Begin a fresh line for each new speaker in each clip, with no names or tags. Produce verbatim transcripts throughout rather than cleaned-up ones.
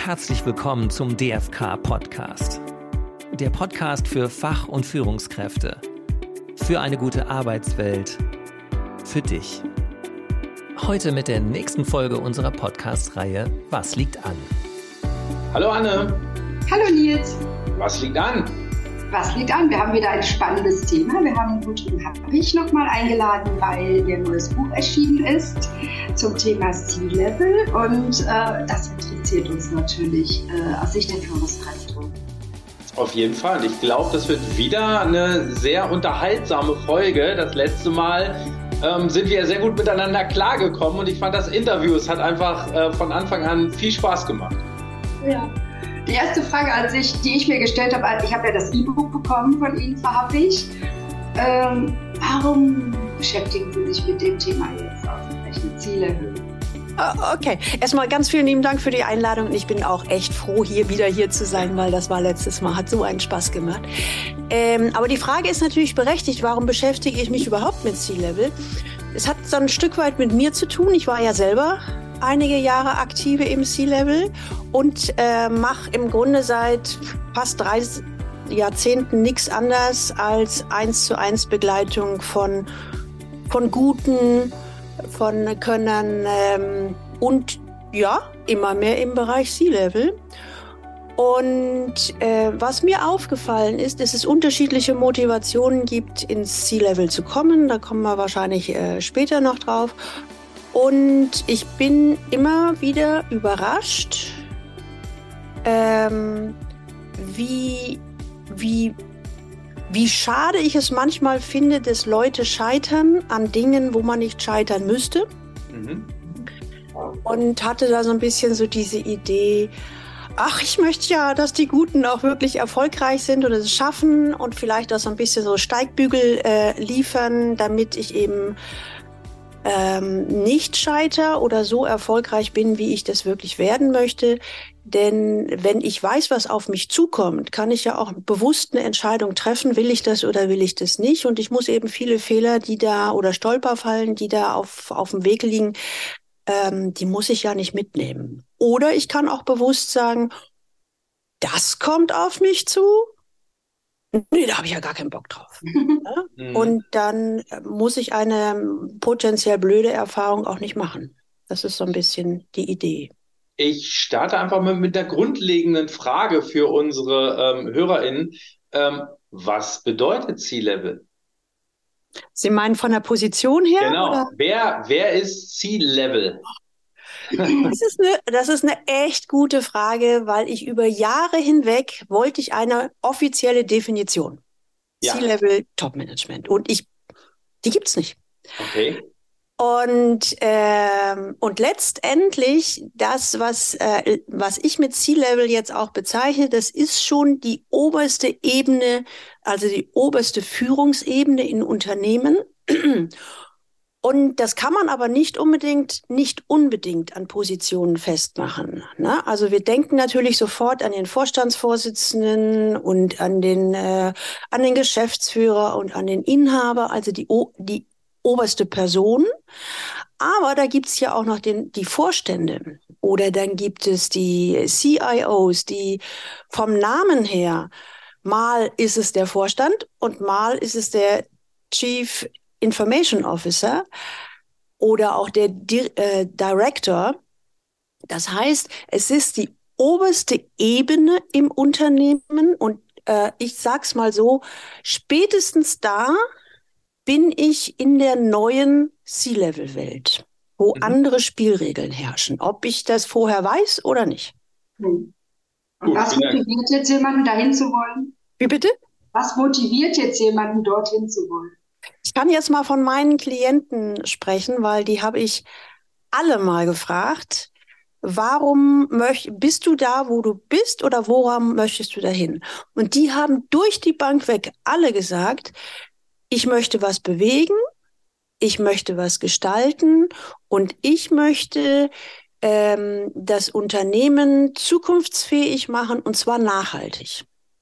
herzlich willkommen zum D F K-Podcast. Der Podcast für Fach- und Führungskräfte. Für eine gute Arbeitswelt. Für dich. Heute mit der nächsten Folge unserer Podcast-Reihe Was liegt an?
Hallo Anne.
Hallo Nils.
Was liegt an?
Was liegt an? Wir haben wieder ein spannendes Thema. Wir haben Gudrun Habrich nochmal eingeladen, weil ihr neues Buch erschienen ist zum Thema C-Level. Und äh, das interessiert uns natürlich äh, aus Sicht der Führungskräfte.
Auf jeden Fall. Ich glaube, das wird wieder eine sehr unterhaltsame Folge. Das letzte Mal ähm, sind wir sehr gut miteinander klargekommen und ich fand das Interview, es hat einfach äh, von Anfang an viel Spaß gemacht.
Ja. Die erste Frage an sich, die ich mir gestellt habe, ich habe ja das E-Book bekommen von Ihnen, Frau Habrich. Ähm, warum beschäftigen Sie sich mit dem Thema jetzt ausgerechnet C-Level?
Okay, erstmal ganz vielen lieben Dank für die Einladung und ich bin auch echt froh, hier wieder hier zu sein, weil das war letztes Mal, hat so einen Spaß gemacht. Ähm, aber die Frage ist natürlich berechtigt, warum beschäftige ich mich überhaupt mit C-Level? Es hat so ein Stück weit mit mir zu tun. Ich war ja selber einige Jahre aktive im C-Level und äh, mache im Grunde seit fast drei Jahrzehnten nichts anderes als eins zu eins Begleitung von, von guten, von Könnern ähm, und ja, immer mehr im Bereich C-Level. Und äh, was mir aufgefallen ist, dass es unterschiedliche Motivationen gibt, ins C-Level zu kommen. Da kommen wir wahrscheinlich äh, später noch drauf. Und ich bin immer wieder überrascht, ähm, wie, wie, wie schade ich es manchmal finde, dass Leute scheitern an Dingen, wo man nicht scheitern müsste. Mhm. Und hatte da so ein bisschen so diese Idee, ach, ich möchte ja, dass die Guten auch wirklich erfolgreich sind und es schaffen und vielleicht auch so ein bisschen so Steigbügel äh, liefern, damit ich eben ähm, nicht scheiter oder so erfolgreich bin, wie ich das wirklich werden möchte. Denn wenn ich weiß, was auf mich zukommt, kann ich ja auch bewusst eine Entscheidung treffen, will ich das oder will ich das nicht. Und ich muss eben viele Fehler, die da oder Stolperfallen, die da auf, auf dem Weg liegen, ähm, die muss ich ja nicht mitnehmen. Oder ich kann auch bewusst sagen, das kommt auf mich zu. Nee, da habe ich ja gar keinen Bock drauf. Ja? Mhm. Und dann muss ich eine potenziell blöde Erfahrung auch nicht machen. Das ist so ein bisschen die Idee.
Ich starte einfach mal mit der grundlegenden Frage für unsere ähm, HörerInnen. Ähm, was bedeutet C-Level?
Sie meinen von der Position her?
Genau.
Oder?
Wer, wer ist C-Level?
Das ist, eine, das ist eine echt gute Frage, weil ich über Jahre hinweg wollte ich eine offizielle Definition. Ja. C-Level Top-Management. Und ich, die gibt's nicht.
Okay.
Und, ähm, und letztendlich das, was, äh, was ich mit C-Level jetzt auch bezeichne, das ist schon die oberste Ebene, also die oberste Führungsebene in Unternehmen. Und das kann man aber nicht unbedingt, nicht unbedingt an Positionen festmachen. Ne? Also wir denken natürlich sofort an den Vorstandsvorsitzenden und an den, äh, an den Geschäftsführer und an den Inhaber, also die, die oberste Person. Aber da gibt's ja auch noch den, die Vorstände oder dann gibt es die C I Os, die vom Namen her, mal ist es der Vorstand und mal ist es der Chief Information Officer oder auch der Di- äh, Director. Das heißt, es ist die oberste Ebene im Unternehmen und äh, ich sag's mal so, spätestens da bin ich in der neuen C-Level-Welt, wo mhm. andere Spielregeln herrschen, ob ich das vorher weiß oder nicht.
Und Gut, was motiviert jetzt jemanden, dahin zu wollen?
Wie bitte?
Was motiviert jetzt jemanden, dorthin zu wollen?
Ich kann jetzt mal von meinen Klienten sprechen, weil die habe ich alle mal gefragt. Warum möcht, bist du da, wo du bist oder woran möchtest du dahin? Und die haben durch die Bank weg alle gesagt, ich möchte was bewegen, ich möchte was gestalten und ich möchte ähm, das Unternehmen zukunftsfähig machen und zwar nachhaltig.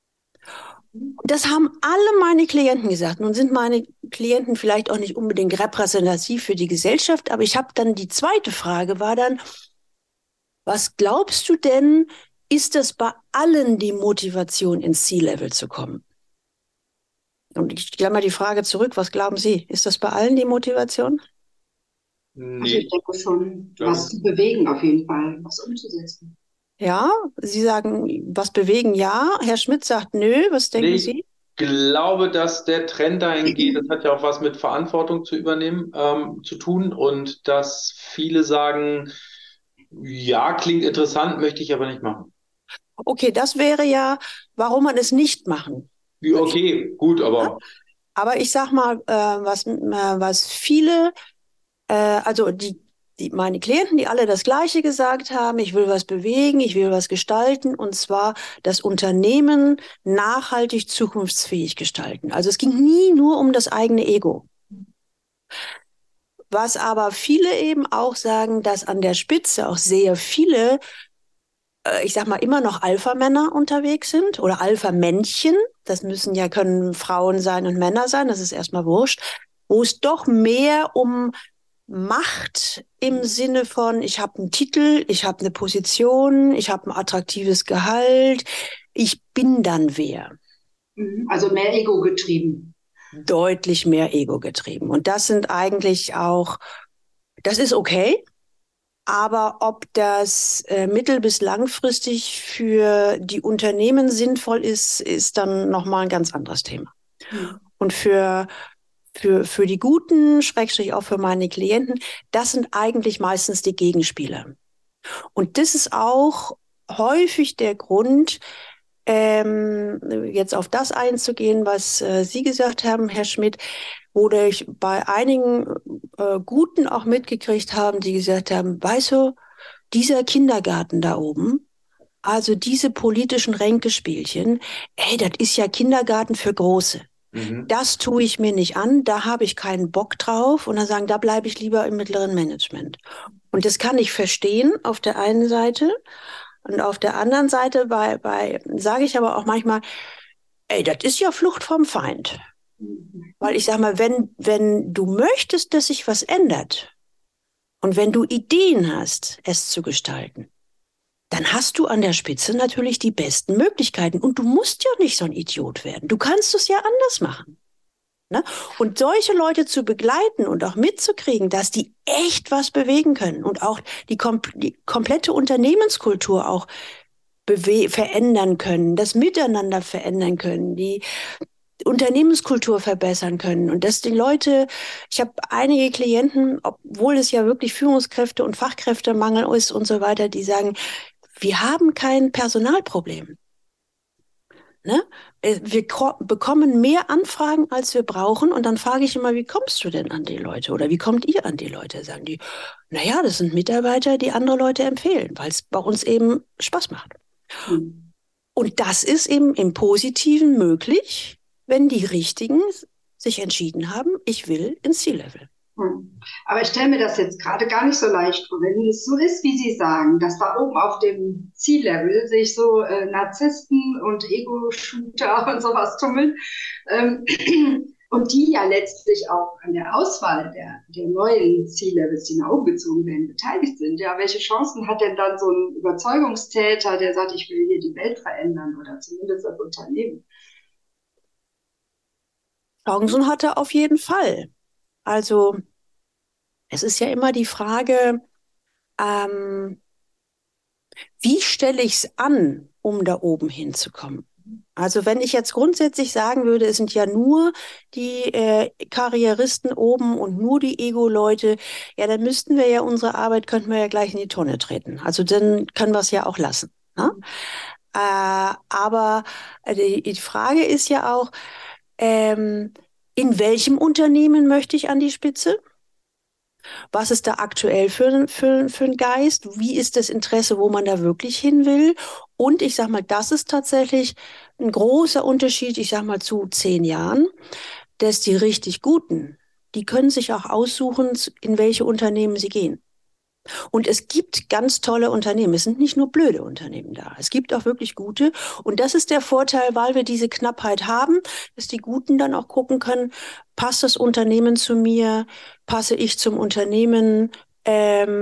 Das haben alle meine Klienten gesagt. Nun sind meine Klienten vielleicht auch nicht unbedingt repräsentativ für die Gesellschaft, aber ich habe dann die zweite Frage war dann, was glaubst du denn, ist das bei allen die Motivation, ins C-Level zu kommen? Und ich stelle mal die Frage zurück, was glauben Sie? Ist das bei allen die Motivation?
Also
Nee,
ich denke schon,
glaube
was zu bewegen auf jeden Fall, was umzusetzen.
Ja, Sie sagen, was bewegen, ja. Herr Schmidt sagt, nö. Was denken
Nee,
Sie?
ich glaube, dass der Trend dahin geht, das hat ja auch was mit Verantwortung zu übernehmen, ähm, zu tun und dass viele sagen, ja, klingt interessant, möchte ich aber nicht machen.
Okay, das wäre ja, warum man es nicht machen
Wie,
möchte.
okay, gut,
Ne?
aber
Aber ich sag mal, äh, was, äh, was viele, äh, also die, die, meine Klienten, die alle das Gleiche gesagt haben, ich will was bewegen, ich will was gestalten, und zwar das Unternehmen nachhaltig zukunftsfähig gestalten. Also es ging nie nur um das eigene Ego. Was aber viele eben auch sagen, dass an der Spitze auch sehr viele, äh, ich sag mal, immer noch Alpha-Männer unterwegs sind oder Alpha-Männchen. Das müssen ja, können Frauen sein und Männer sein, das ist erstmal wurscht, wo es doch mehr um Macht im Sinne von, ich habe einen Titel, ich habe eine Position, ich habe ein attraktives Gehalt, ich bin dann wer.
Mhm. Also mehr Ego getrieben.
Deutlich mehr Ego getrieben. Und das sind eigentlich auch, das ist okay. Aber ob das äh, mittel- bis langfristig für die Unternehmen sinnvoll ist, ist dann nochmal ein ganz anderes Thema.
Mhm.
Und für, für, für die Guten, Schrägstrich auch für meine Klienten, das sind eigentlich meistens die Gegenspieler. Und das ist auch häufig der Grund, ähm, jetzt auf das einzugehen, was äh, Sie gesagt haben, Herr Schmidt, wo ich bei einigen äh, Guten auch mitgekriegt haben, die gesagt haben, weißt du, dieser Kindergarten da oben, also diese politischen Ränkespielchen, ey, das ist ja Kindergarten für Große.
mhm.
Das tue ich mir nicht an, da habe ich keinen Bock drauf. Und dann sagen, da bleibe ich lieber im mittleren Management. Und das kann ich verstehen auf der einen Seite. Und auf der anderen Seite bei, bei, sage ich aber auch manchmal, ey, das ist ja Flucht vom Feind. Weil ich sage mal, wenn, wenn du möchtest, dass sich was ändert und wenn du Ideen hast, es zu gestalten, dann hast du an der Spitze natürlich die besten Möglichkeiten. Und du musst ja nicht so ein Idiot werden. Du kannst es ja anders machen. Ne? Und solche Leute zu begleiten und auch mitzukriegen, dass die echt was bewegen können und auch die, kom die komplette Unternehmenskultur auch bewe verändern können, das Miteinander verändern können, die Unternehmenskultur verbessern können. Und dass die Leute, ich habe einige Klienten, obwohl es ja wirklich Führungskräfte und Fachkräftemangel ist und so weiter, die sagen, wir haben kein Personalproblem. Ne? Wir bekommen mehr Anfragen, als wir brauchen. Und dann frage ich immer, wie kommst du denn an die Leute? Oder wie kommt ihr an die Leute? Sagen die, naja, das sind Mitarbeiter, die andere Leute empfehlen, weil es bei uns eben Spaß macht.
Mhm.
Und das ist eben im Positiven möglich, wenn die Richtigen sich entschieden haben, ich will ins C-Level.
Hm. Aber ich stelle mir das jetzt gerade gar nicht so leicht vor, wenn es so ist, wie Sie sagen, dass da oben auf dem C-Level sich so äh, Narzissten und Ego-Shooter und sowas tummeln ähm, und die ja letztlich auch an der Auswahl der, der neuen C-Levels, die nach oben gezogen werden, beteiligt sind. Ja, welche Chancen hat denn dann so ein Überzeugungstäter, der sagt, ich will hier die Welt verändern oder zumindest das Unternehmen?
Chancen hat er auf jeden Fall. Also es ist ja immer die Frage, ähm, wie stelle ich es an, um da oben hinzukommen? Also wenn ich jetzt grundsätzlich sagen würde, es sind ja nur die äh, Karrieristen oben und nur die Ego-Leute, ja, dann müssten wir ja unsere Arbeit, könnten wir ja gleich in die Tonne treten. Also dann können wir es ja auch lassen. Ne? Äh, aber die, die Frage ist ja auch, ähm, in welchem Unternehmen möchte ich an die Spitze? Was ist da aktuell für, für, für ein Geist? Wie ist das Interesse, wo man da wirklich hin will? Und ich sag mal, das ist tatsächlich ein großer Unterschied, ich sag mal, zu zehn Jahren, dass die richtig Guten, die können sich auch aussuchen, in welche Unternehmen sie gehen. Und es gibt ganz tolle Unternehmen. Es sind nicht nur blöde Unternehmen da. Es gibt auch wirklich gute. Und das ist der Vorteil, weil wir diese Knappheit haben, dass die Guten dann auch gucken können, passt das Unternehmen zu mir? Passe ich zum Unternehmen? Ähm,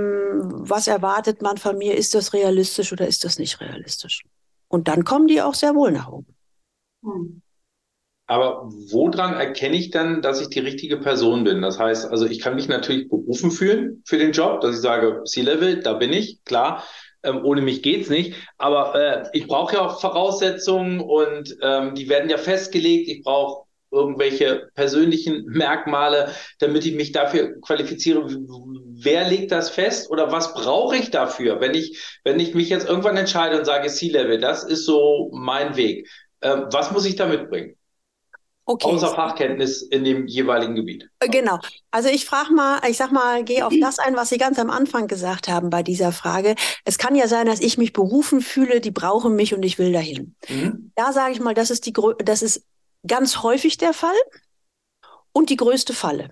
was erwartet man von mir? Ist das realistisch oder ist das nicht realistisch? Und dann kommen die auch sehr wohl nach oben.
Hm.
Aber woran erkenne ich dann, dass ich die richtige Person bin? Das heißt, also ich kann mich natürlich berufen fühlen für den Job, dass ich sage, C-Level, da bin ich, klar. Ähm, ohne mich geht's nicht. Aber äh, ich brauche ja auch Voraussetzungen und ähm, die werden ja festgelegt. Ich brauche irgendwelche persönlichen Merkmale, damit ich mich dafür qualifiziere. Wer legt das fest oder was brauche ich dafür, wenn ich, wenn ich mich jetzt irgendwann entscheide und sage C-Level, das ist so mein Weg. Äh, was muss ich da mitbringen?
Okay.
Außer Fachkenntnis in dem jeweiligen Gebiet.
Genau. Also ich frage mal, ich sag mal, gehe auf das ein, was Sie ganz am Anfang gesagt haben bei dieser Frage. Es kann ja sein, dass ich mich berufen fühle, die brauchen mich und ich will dahin.
Mhm.
Da sage ich mal, das ist die, das ist ganz häufig der Fall und die größte Falle.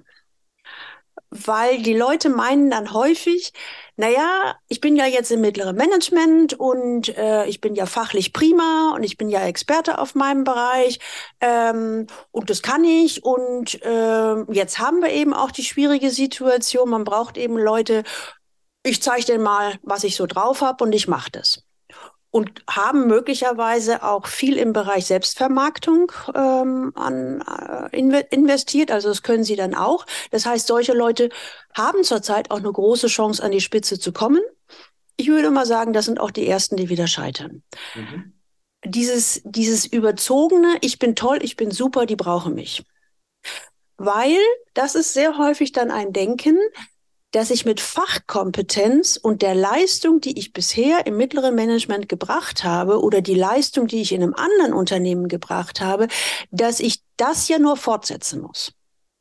Weil die Leute meinen dann häufig, naja, ich bin ja jetzt im mittleren Management und äh, ich bin ja fachlich prima und ich bin ja Experte auf meinem Bereich ähm, und das kann ich. Und äh, jetzt haben wir eben auch die schwierige Situation, man braucht eben Leute, ich zeige denen mal, was ich so drauf habe und ich mache das. Und haben möglicherweise auch viel im Bereich Selbstvermarktung ähm, an, äh, investiert. Also das können sie dann auch. Das heißt, solche Leute haben zurzeit auch eine große Chance, an die Spitze zu kommen. Ich würde mal sagen, das sind auch die Ersten, die wieder scheitern.
Mhm.
Dieses, dieses überzogene, ich bin toll, ich bin super, die brauchen mich. Weil das ist sehr häufig dann ein Denken, dass ich mit Fachkompetenz und der Leistung, die ich bisher im mittleren Management gebracht habe oder die Leistung, die ich in einem anderen Unternehmen gebracht habe, dass ich das ja nur fortsetzen muss.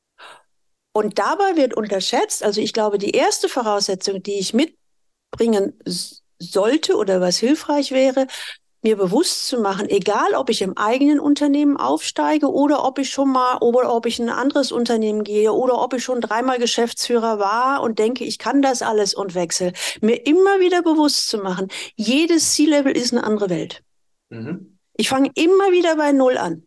Und dabei wird unterschätzt, also ich glaube, die erste Voraussetzung, die ich mitbringen sollte oder was hilfreich wäre, mir bewusst zu machen, egal ob ich im eigenen Unternehmen aufsteige oder ob ich schon mal, oder ob ich in ein anderes Unternehmen gehe oder ob ich schon dreimal Geschäftsführer war und denke, ich kann das alles und wechsle, mir immer wieder bewusst zu machen, jedes C-Level ist eine andere Welt.
Mhm.
Ich fange immer wieder bei Null an.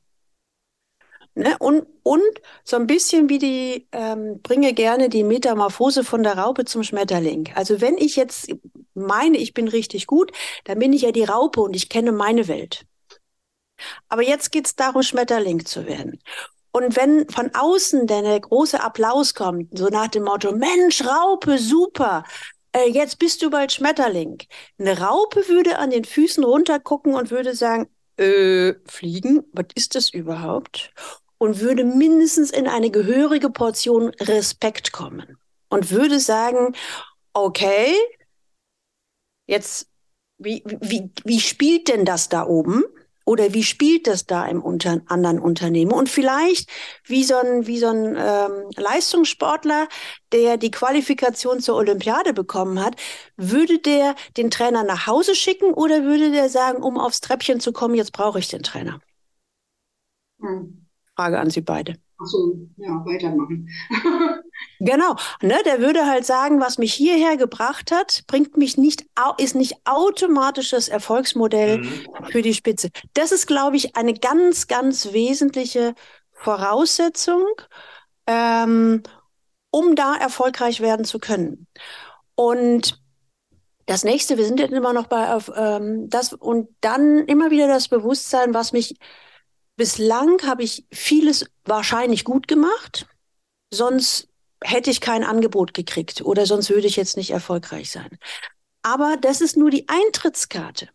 Ne? Und, und so ein bisschen wie die, ähm, bringe gerne die Metamorphose von der Raupe zum Schmetterling. Also wenn ich jetzt meine, ich bin richtig gut, dann bin ich ja die Raupe und ich kenne meine Welt. Aber jetzt geht's darum, Schmetterling zu werden. Und wenn von außen dann der große Applaus kommt, so nach dem Motto, Mensch, Raupe, super, äh, jetzt bist du bald Schmetterling. Eine Raupe würde an den Füßen runtergucken und würde sagen, äh, fliegen, was ist das überhaupt? Und würde mindestens in eine gehörige Portion Respekt kommen. Und würde sagen, okay, jetzt, wie, wie, wie spielt denn das da oben? Oder wie spielt das da im unter, anderen Unternehmen? Und vielleicht wie so ein, wie so ein ähm, Leistungssportler, der die Qualifikation zur Olympiade bekommen hat, würde der den Trainer nach Hause schicken oder würde der sagen, um aufs Treppchen zu kommen, jetzt brauche ich den Trainer?
Hm.
Frage an Sie beide.
Ach so, ja, weitermachen.
Genau, ne, der würde halt sagen, was mich hierher gebracht hat, bringt mich nicht, ist nicht automatisch das Erfolgsmodell
Mhm.
für die Spitze. Das ist, glaube ich, eine ganz, ganz wesentliche Voraussetzung, ähm, um da erfolgreich werden zu können. Und das nächste, wir sind jetzt immer noch bei auf, ähm, das und dann immer wieder das Bewusstsein, was mich bislang habe ich vieles wahrscheinlich gut gemacht, sonst hätte ich kein Angebot gekriegt oder sonst würde ich jetzt nicht erfolgreich sein. Aber das ist nur die Eintrittskarte.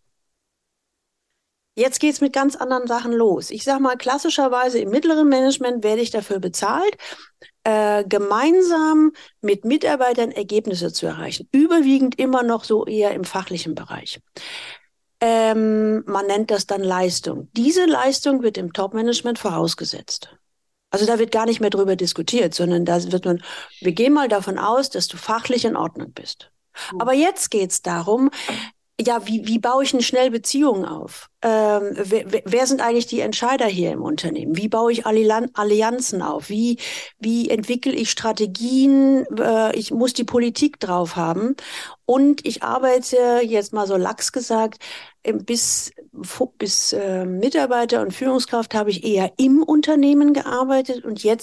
Jetzt geht's mit ganz anderen Sachen los. Ich sage mal, klassischerweise im mittleren Management werde ich dafür bezahlt, äh, gemeinsam mit Mitarbeitern Ergebnisse zu erreichen. Überwiegend immer noch so eher im fachlichen Bereich. Ähm, man nennt das dann Leistung. Diese Leistung wird im Top-Management vorausgesetzt. Also da wird gar nicht mehr drüber diskutiert, sondern da wird man, wir gehen mal davon aus, dass du fachlich in Ordnung bist. Aber jetzt geht's darum, ja, wie, wie baue ich eine schnell Beziehungen auf? Ähm, wer, wer sind eigentlich die Entscheider hier im Unternehmen? Wie baue ich Allianzen auf? Wie, wie entwickle ich Strategien? Äh, ich muss die Politik drauf haben. Und ich arbeite, jetzt mal so lax gesagt, bis, bis äh, Mitarbeiter und Führungskraft habe ich eher im Unternehmen gearbeitet und jetzt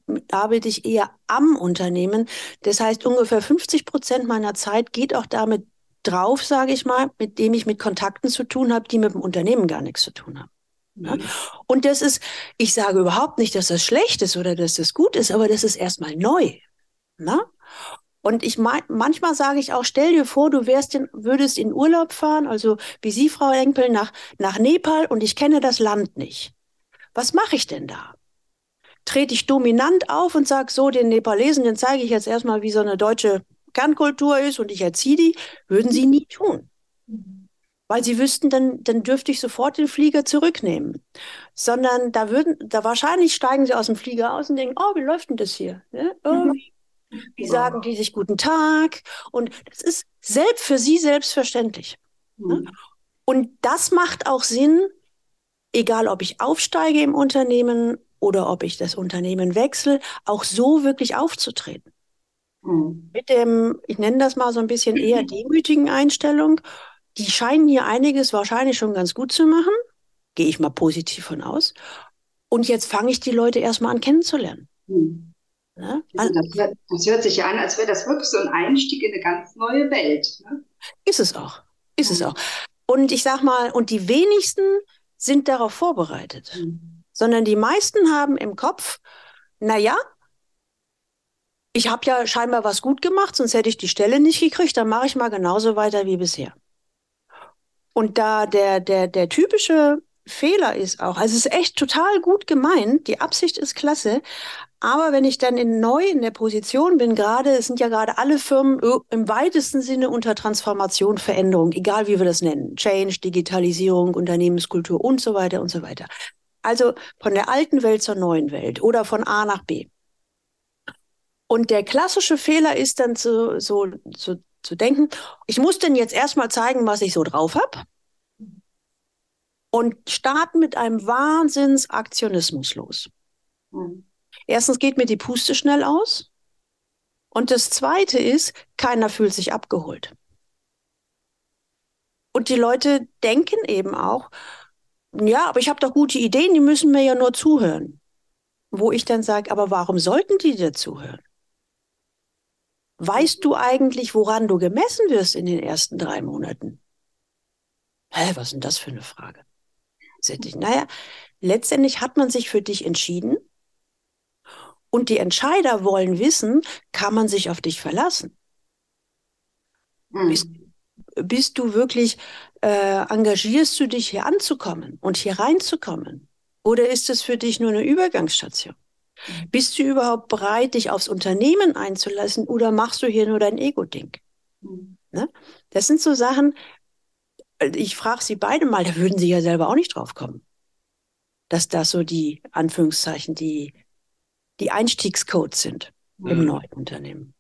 arbeite ich eher am Unternehmen. Das heißt, ungefähr fünfzig Prozent meiner Zeit geht auch damit drauf, sage ich mal, mit dem ich mit Kontakten zu tun habe, die mit dem Unternehmen gar nichts zu tun haben. Ja? Und das ist, ich sage überhaupt nicht, dass das schlecht ist oder dass das gut ist, aber das ist erstmal neu. Na? Und ich mein, manchmal sage ich auch, stell dir vor, du wärst in, würdest in Urlaub fahren, also wie Sie, Frau Engpel, nach, nach Nepal und ich kenne das Land nicht. Was mache ich denn da? Trete ich dominant auf und sage so, den Nepalesen, den zeige ich jetzt erstmal, wie so eine deutsche Kernkultur ist und ich erziehe die, würden Sie nie tun. Weil Sie wüssten, dann, dann dürfte ich sofort den Flieger zurücknehmen. Sondern da würden, da wahrscheinlich steigen Sie aus dem Flieger aus und denken, oh, wie läuft denn das hier? Ne? Oh, wie, wie sagen die sich guten Tag? Und das ist selbst für Sie selbstverständlich. Ne? Und das macht auch Sinn, egal ob ich aufsteige im Unternehmen oder ob ich das Unternehmen wechsle, auch so wirklich aufzutreten. Mhm. Mit dem, ich nenne das mal so ein bisschen eher demütigen Einstellung. Die scheinen hier einiges wahrscheinlich schon ganz gut zu machen. Gehe ich mal positiv von aus. Und jetzt fange ich die Leute erstmal an kennenzulernen.
Mhm. Ja? Also das, hört, das hört sich ja an, als wäre das wirklich so ein Einstieg in eine ganz neue Welt. Ne?
Ist es auch. Ist mhm. es auch. Und ich sag mal, und die wenigsten sind darauf vorbereitet. Mhm. Sondern die meisten haben im Kopf, na ja, ich habe ja scheinbar was gut gemacht, sonst hätte ich die Stelle nicht gekriegt, dann mache ich mal genauso weiter wie bisher. Und da der, der, der typische Fehler ist auch, also es ist echt total gut gemeint, die Absicht ist klasse, aber wenn ich dann in neu in der Position bin, gerade, es sind ja gerade alle Firmen im weitesten Sinne unter Transformation, Veränderung, egal wie wir das nennen, Change, Digitalisierung, Unternehmenskultur und so weiter und so weiter. Also von der alten Welt zur neuen Welt oder von A nach B. Und der klassische Fehler ist dann zu, so, so, zu denken, ich muss denn jetzt erstmal zeigen, was ich so drauf habe und starten mit einem Wahnsinnsaktionismus los. Mhm. Erstens geht mir die Puste schnell aus und das Zweite ist, keiner fühlt sich abgeholt. Und die Leute denken eben auch, ja, aber ich habe doch gute Ideen, die müssen mir ja nur zuhören. Wo ich dann sage, aber warum sollten die dir zuhören? Weißt du eigentlich, woran du gemessen wirst in den ersten drei Monaten? Hä, was ist denn das für eine Frage? Naja, letztendlich hat man sich für dich entschieden und die Entscheider wollen wissen, kann man sich auf dich verlassen? Mhm. Bist, bist du wirklich, äh, engagierst du dich hier anzukommen und hier reinzukommen? Oder ist es für dich nur eine Übergangsstation? Mhm. Bist du überhaupt bereit, dich aufs Unternehmen einzulassen oder machst du hier nur dein Ego-Ding? Mhm. Ne? Das sind so Sachen, ich frage Sie beide mal, da würden Sie ja selber auch nicht drauf kommen, dass das so die, Anführungszeichen, die, die Einstiegscodes sind mhm. im neuen Unternehmen.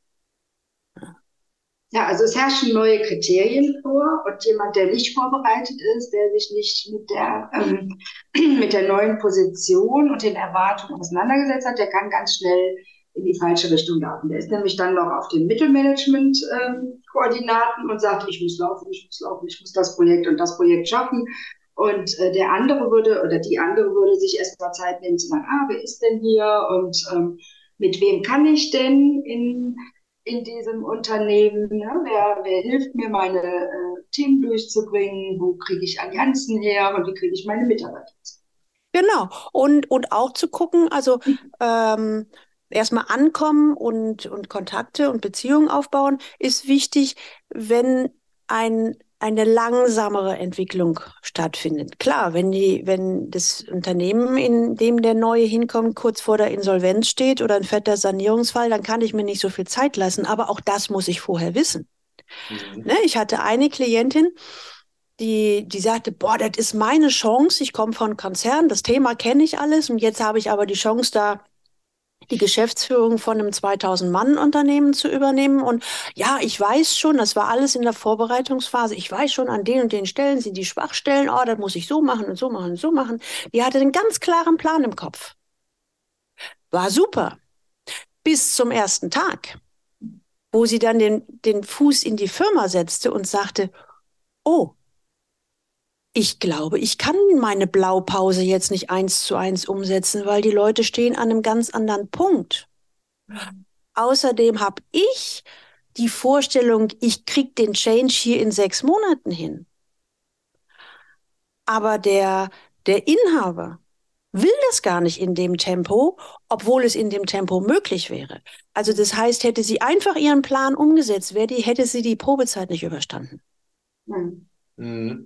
Ja, also es herrschen neue Kriterien vor und jemand, der nicht vorbereitet ist, der sich nicht mit der, ähm, mit der neuen Position und den Erwartungen auseinandergesetzt hat, der kann ganz schnell in die falsche Richtung laufen. Der ist nämlich dann noch auf den Mittelmanagement-Koordinaten ähm, und sagt, ich muss laufen, ich muss laufen, ich muss das Projekt und das Projekt schaffen. Und äh, der andere würde oder die andere würde sich erst mal Zeit nehmen zu sagen, ah, wer ist denn hier und ähm, mit wem kann ich denn in in diesem Unternehmen, ne? wer, wer hilft mir, meine äh, Themen durchzubringen, wo kriege ich Allianzen her und wie kriege ich meine Mitarbeiter?
Genau, und, und auch zu gucken, also ähm, erstmal ankommen und, und Kontakte und Beziehungen aufbauen, ist wichtig, wenn ein eine langsamere Entwicklung stattfindet. Klar, wenn die, wenn das Unternehmen, in dem der Neue hinkommt, kurz vor der Insolvenz steht oder ein fetter Sanierungsfall, dann kann ich mir nicht so viel Zeit lassen. Aber auch das muss ich vorher wissen. Mhm. Ne, ich hatte eine Klientin, die, die sagte, boah, das ist meine Chance. Ich komme von Konzern, das Thema kenne ich alles und jetzt habe ich aber die Chance, da die Geschäftsführung von einem zweitausend-Mann-Unternehmen zu übernehmen. Und ja, ich weiß schon, das war alles in der Vorbereitungsphase, ich weiß schon, an den und den Stellen sind die Schwachstellen, oh, das muss ich so machen und so machen und so machen. Die hatte einen ganz klaren Plan im Kopf. War super. Bis zum ersten Tag, wo sie dann den, den Fuß in die Firma setzte und sagte, oh, Ich glaube, ich kann meine Blaupause jetzt nicht eins zu eins umsetzen, weil die Leute stehen an einem ganz anderen Punkt. Außerdem habe ich die Vorstellung, ich krieg den Change hier in sechs Monaten hin. Aber der, der Inhaber will das gar nicht in dem Tempo, obwohl es in dem Tempo möglich wäre. Also das heißt, hätte sie einfach ihren Plan umgesetzt, wäre die, hätte sie die Probezeit nicht überstanden.
Mhm.
Mhm.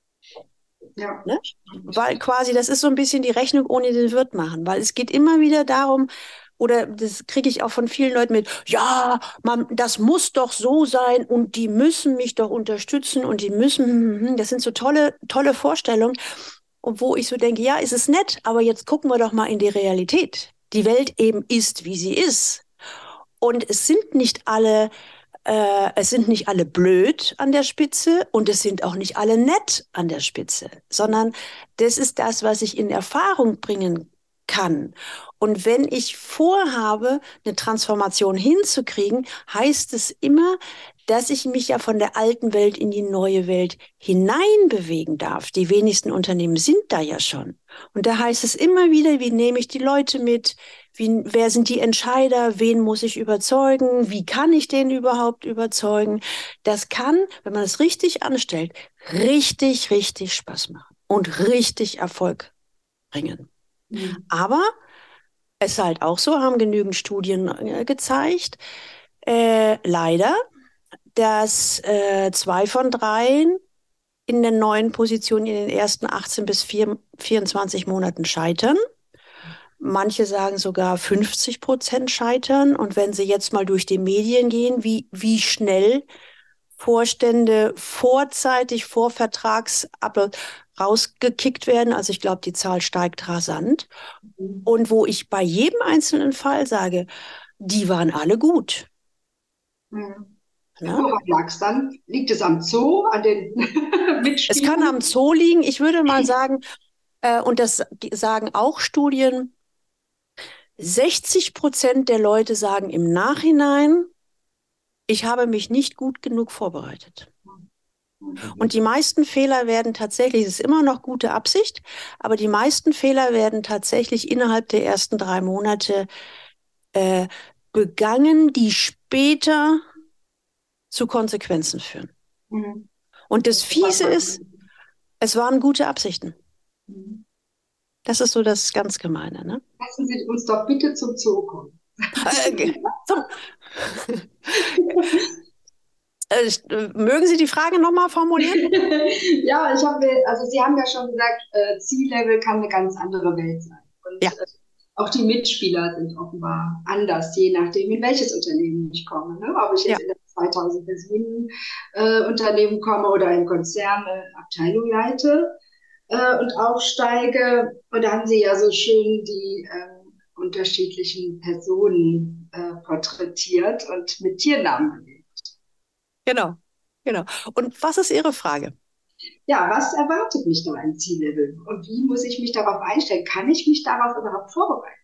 Ja.
Ne? Weil quasi, das ist so ein bisschen die Rechnung ohne den Wirt machen, weil es geht immer wieder darum, oder das kriege ich auch von vielen Leuten mit, ja, man, das muss doch so sein und die müssen mich doch unterstützen und die müssen, das sind so tolle, tolle Vorstellungen, und wo ich so denke, ja, ist es nett, aber jetzt gucken wir doch mal in die Realität. Die Welt eben ist, wie sie ist. Und es sind nicht alle Äh, es sind nicht alle blöd an der Spitze und es sind auch nicht alle nett an der Spitze, sondern das ist das, was ich in Erfahrung bringen kann. Und wenn ich vorhabe, eine Transformation hinzukriegen, heißt es immer, dass ich mich ja von der alten Welt in die neue Welt hineinbewegen darf. Die wenigsten Unternehmen sind da ja schon. Und da heißt es immer wieder, wie nehme ich die Leute mit? Wie, wer sind die Entscheider? Wen muss ich überzeugen? Wie kann ich den überhaupt überzeugen? Das kann, wenn man es richtig anstellt, richtig, richtig Spaß machen und richtig Erfolg bringen. Mhm. Aber es ist halt auch so, haben genügend Studien äh, gezeigt, äh, leider, dass äh, zwei von dreien in der neuen Position in den ersten achtzehn bis vierundzwanzig Monaten scheitern. Manche sagen sogar fünfzig Prozent scheitern. Und wenn Sie jetzt mal durch die Medien gehen, wie, wie schnell Vorstände vorzeitig vor Vertragsablauf rausgekickt werden. Also ich glaube, die Zahl steigt rasant. Mhm. Und wo ich bei jedem einzelnen Fall sage, die waren alle gut.
Mhm. Woran lag es dann? Liegt es am Zoo, an den Mitspielern?
Es kann am Zoo liegen. Ich würde mal sagen, äh, und das sagen auch Studien, sechzig Prozent der Leute sagen im Nachhinein, ich habe mich nicht gut genug vorbereitet. Und die meisten Fehler werden tatsächlich, es ist immer noch gute Absicht, aber die meisten Fehler werden tatsächlich innerhalb der ersten drei Monate äh, begangen, die später zu Konsequenzen führen. Mhm. Und das Fiese ist, es waren gute Absichten. Mhm. Das ist so das ganz Gemeine. Ne?
Lassen Sie uns doch bitte zum Zoo kommen.
Äh, zum äh, mögen Sie die Frage nochmal formulieren?
Ja, ich habe, also Sie haben ja schon gesagt, äh, C-Level kann eine ganz andere Welt sein. Und
ja.
äh, auch die Mitspieler sind offenbar anders, je nachdem, in welches Unternehmen ich komme. Ne? Ob ich jetzt ja. in das zweitausend Personen äh, Unternehmen komme oder in Konzern eine Abteilung leite äh, und aufsteige. Und da haben Sie ja so schön die äh, unterschiedlichen Personen äh, porträtiert und mit Tiernamen belegt.
Genau, genau. Und was ist Ihre Frage?
Ja, was erwartet mich da im C-Level? Und wie muss ich mich darauf einstellen? Kann ich mich darauf überhaupt vorbereiten?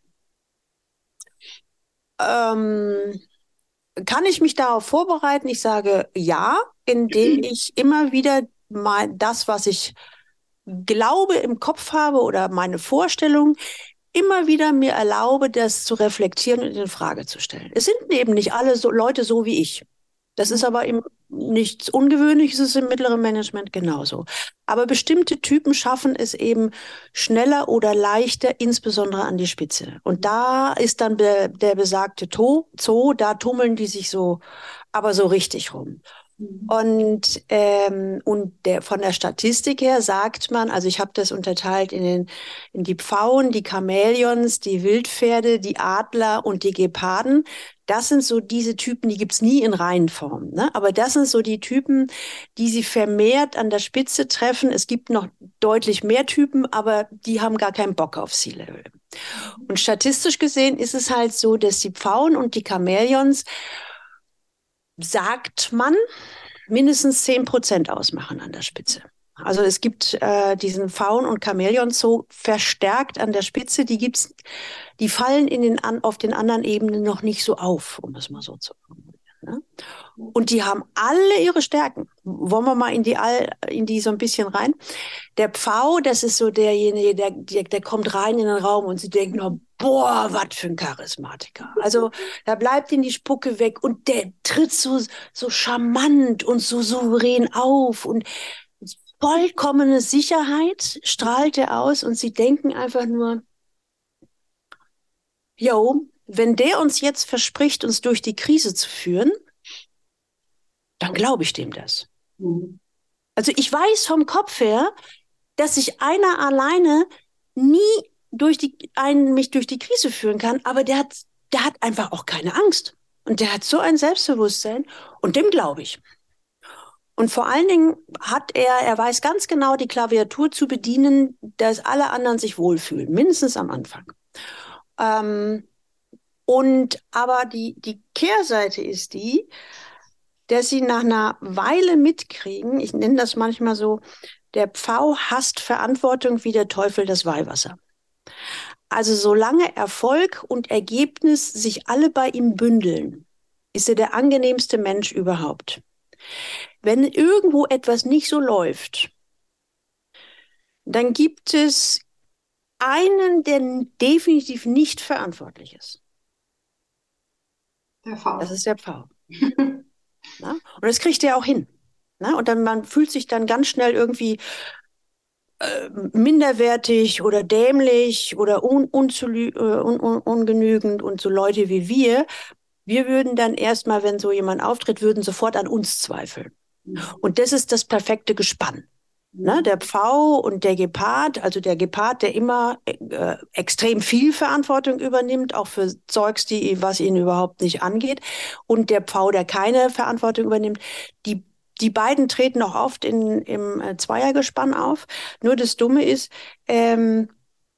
Ähm, kann ich mich darauf vorbereiten? Ich sage ja, indem ich immer wieder mal das, was ich glaube im Kopf habe oder meine Vorstellung, immer wieder mir erlaube, das zu reflektieren und in Frage zu stellen. Es sind eben nicht alle so Leute so wie ich. Das ist aber eben nichts Ungewöhnliches, ist im mittleren Management genauso. Aber bestimmte Typen schaffen es eben schneller oder leichter, insbesondere an die Spitze. Und da ist dann der, der besagte Zoo, da tummeln die sich so, aber so richtig rum. Und, ähm, und der, von der Statistik her sagt man, also ich habe das unterteilt in, den, in die Pfauen, die Chamäleons, die Wildpferde, die Adler und die Geparden. Das sind so diese Typen, die gibt's nie in Reihenform, ne? Aber das sind so die Typen, die sie vermehrt an der Spitze treffen. Es gibt noch deutlich mehr Typen, aber die haben gar keinen Bock auf C-Level. Und statistisch gesehen ist es halt so, dass die Pfauen und die Chamäleons, sagt man, mindestens zehn Prozent ausmachen an der Spitze. Also es gibt äh, diesen Faun- und Chamäleon-Zoo verstärkt an der Spitze. Die gibt's, die fallen in den an, auf den anderen Ebenen noch nicht so auf, um es mal so zu formulieren. Ja? Und die haben alle ihre Stärken. Wollen wir mal in die, all, in die so ein bisschen rein? Der Pfau, das ist so derjenige, der, der, der kommt rein in den Raum und sie denken nur, boah, was für ein Charismatiker. Also da bleibt ihm die Spucke weg und der tritt so, so charmant und so souverän auf und vollkommene Sicherheit strahlt er aus und sie denken einfach nur, jo, wenn der uns jetzt verspricht, uns durch die Krise zu führen, dann glaube ich dem das. Mhm. Also ich weiß vom Kopf her, dass sich einer alleine nie durch die, einen, mich durch die Krise führen kann, aber der hat, der hat einfach auch keine Angst. Und der hat so ein Selbstbewusstsein und dem glaube ich. Und vor allen Dingen hat er, er weiß ganz genau, die Klaviatur zu bedienen, dass alle anderen sich wohlfühlen, mindestens am Anfang. Ähm, und aber die, die Kehrseite ist die, dass sie nach einer Weile mitkriegen, ich nenne das manchmal so, der Pfau hasst Verantwortung wie der Teufel das Weihwasser. Also solange Erfolg und Ergebnis sich alle bei ihm bündeln, ist er der angenehmste Mensch überhaupt. Wenn irgendwo etwas nicht so läuft, dann gibt es einen, der definitiv nicht verantwortlich ist.
Der Pfau.
Das ist der Pfau. Na? Und das kriegt er auch hin. Na? Und dann man fühlt sich dann ganz schnell irgendwie äh, minderwertig oder dämlich oder un, unzulü, äh, un, un, ungenügend. Und so Leute wie wir, wir würden dann erstmal, wenn so jemand auftritt, würden sofort an uns zweifeln. Mhm. Und das ist das perfekte Gespann. Mhm. Na? Der Pfau und der Gepard, also der Gepard, der immer äh, extrem viel Verantwortung übernimmt, auch für Zeugs, die, was ihn überhaupt nicht angeht. Und der Pfau, der keine Verantwortung übernimmt, die Die beiden treten auch oft in, im äh, Zweiergespann auf. Nur das Dumme ist, ähm,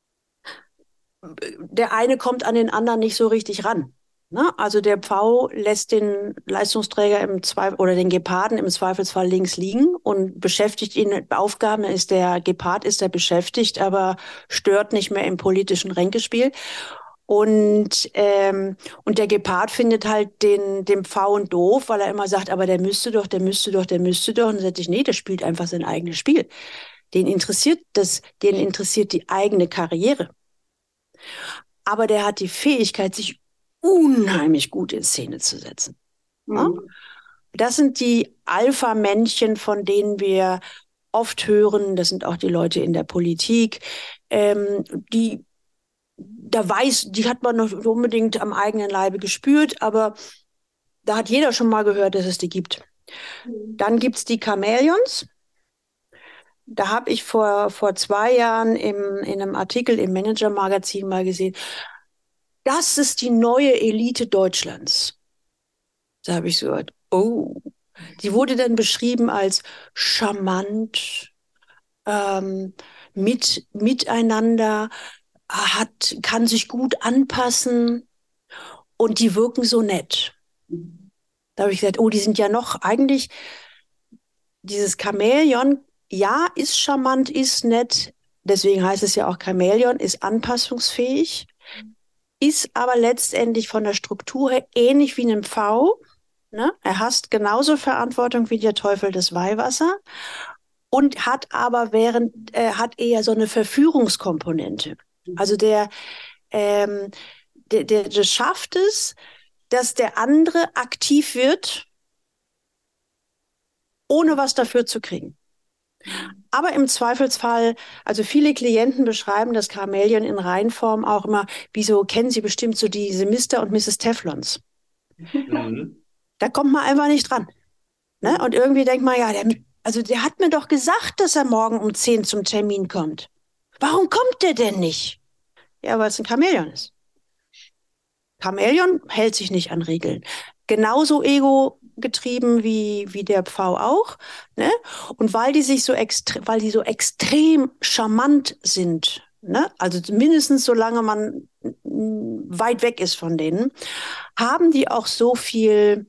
der eine kommt an den anderen nicht so richtig ran. Ne? Also der Pfau lässt den Leistungsträger im Zweifel oder den Geparden im Zweifelsfall links liegen und beschäftigt ihn mit Aufgaben. Ist der Gepard, ist er beschäftigt, aber stört nicht mehr im politischen Ränkespiel. Und, ähm, und der Gepard findet halt den, den Pfauen doof, weil er immer sagt, aber der müsste doch, der müsste doch, der müsste doch. Und dann sagt ich, nee, der spielt einfach sein eigenes Spiel. Den interessiert das, den interessiert die eigene Karriere. Aber der hat die Fähigkeit, sich unheimlich gut in Szene zu setzen. Mhm. Ja? Das sind die Alpha-Männchen, von denen wir oft hören. Das sind auch die Leute in der Politik, ähm, die Da weiß, die hat man noch unbedingt am eigenen Leibe gespürt, aber da hat jeder schon mal gehört, dass es die gibt. Mhm. Dann gibt's die Chamäleons. Da habe ich vor, vor zwei Jahren im, in einem Artikel im Manager-Magazin mal gesehen, das ist die neue Elite Deutschlands. Da habe ich so gehört, oh. Die wurde dann beschrieben als charmant, ähm, mit, miteinander, hat, kann sich gut anpassen und die wirken so nett. Da habe ich gesagt, oh, die sind ja noch eigentlich, dieses Chamäleon, ja, ist charmant, ist nett, deswegen heißt es ja auch Chamäleon, ist anpassungsfähig, ist aber letztendlich von der Struktur her ähnlich wie ein Pfau. Ne? Er hasst genauso Verantwortung wie der Teufel das Weihwasser und hat aber während, äh, hat eher so eine Verführungskomponente. Also der, ähm, der, der, der schafft es, dass der andere aktiv wird, ohne was dafür zu kriegen. Aber im Zweifelsfall, also viele Klienten beschreiben das Chamäleon in Reinform auch immer, wieso kennen Sie bestimmt so diese Mister und Misses Teflons. Mhm. Da kommt man einfach nicht dran. Ne? Und irgendwie denkt man, ja, der, also der hat mir doch gesagt, dass er morgen um zehn zum Termin kommt. Warum kommt der denn nicht? Ja, weil es ein Chamäleon ist. Chamäleon hält sich nicht an Regeln. Genauso ego-getrieben wie, wie der Pfau auch. Ne? Und weil die sich so extre- weil die so extrem charmant sind, ne? Also mindestens solange man weit weg ist von denen, haben die auch so viel,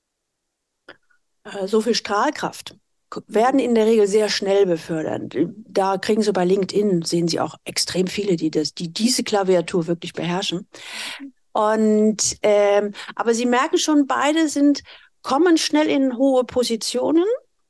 äh, so viel Strahlkraft. Werden in der Regel sehr schnell befördert. Da kriegen sie bei LinkedIn, sehen sie auch extrem viele, die das, die diese Klaviatur wirklich beherrschen. Und ähm, aber sie merken schon, beide sind kommen schnell in hohe Positionen,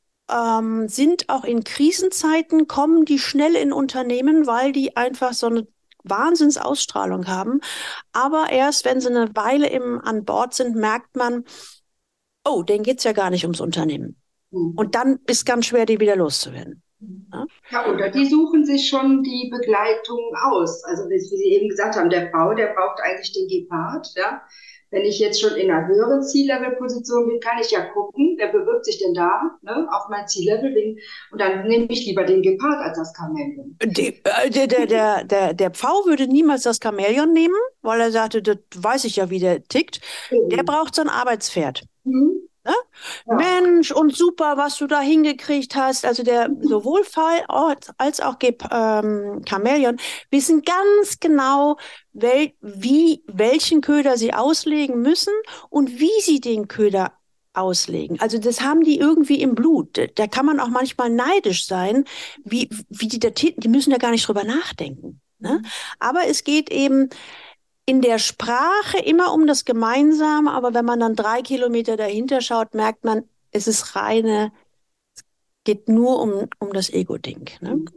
ähm, sind auch in Krisenzeiten, kommen die schnell in Unternehmen, weil die einfach so eine Wahnsinnsausstrahlung haben. Aber erst, wenn sie eine Weile im, an Bord sind, merkt man, oh, denen geht's ja gar nicht ums Unternehmen.
Mhm.
Und dann ist ganz schwer, die wieder loszuwerden. Ja?
Ja, oder die suchen sich schon die Begleitung aus. Also wie Sie eben gesagt haben, der Bau, der braucht eigentlich den Gepard. Ja? Wenn ich jetzt schon in einer höheren C-Level-Position bin, kann ich ja gucken, wer bewirbt sich denn da, ne, auf mein C-Level. Und dann nehme ich lieber den Gepard als das Chamäleon.
Die, äh, der, der, der, der, der Pfau würde niemals das Chamäleon nehmen, weil er sagte, das weiß ich ja, wie der tickt.
Mhm.
Der braucht so ein Arbeitspferd.
Mhm.
Ne?
Ja.
Mensch, und super, was du da hingekriegt hast. Also der sowohl Pfau als auch Ge ähm, Chamäleon wissen ganz genau, wel wie, welchen Köder sie auslegen müssen und wie sie den Köder auslegen. Also das haben die irgendwie im Blut. Da kann man auch manchmal neidisch sein, wie, wie die da, die müssen da gar nicht drüber nachdenken. Ne? Aber es geht eben in der Sprache immer um das Gemeinsame, aber wenn man dann drei Kilometer dahinter schaut, merkt man, es ist reine, es geht nur um, um das Ego-Ding. Ne? Mhm.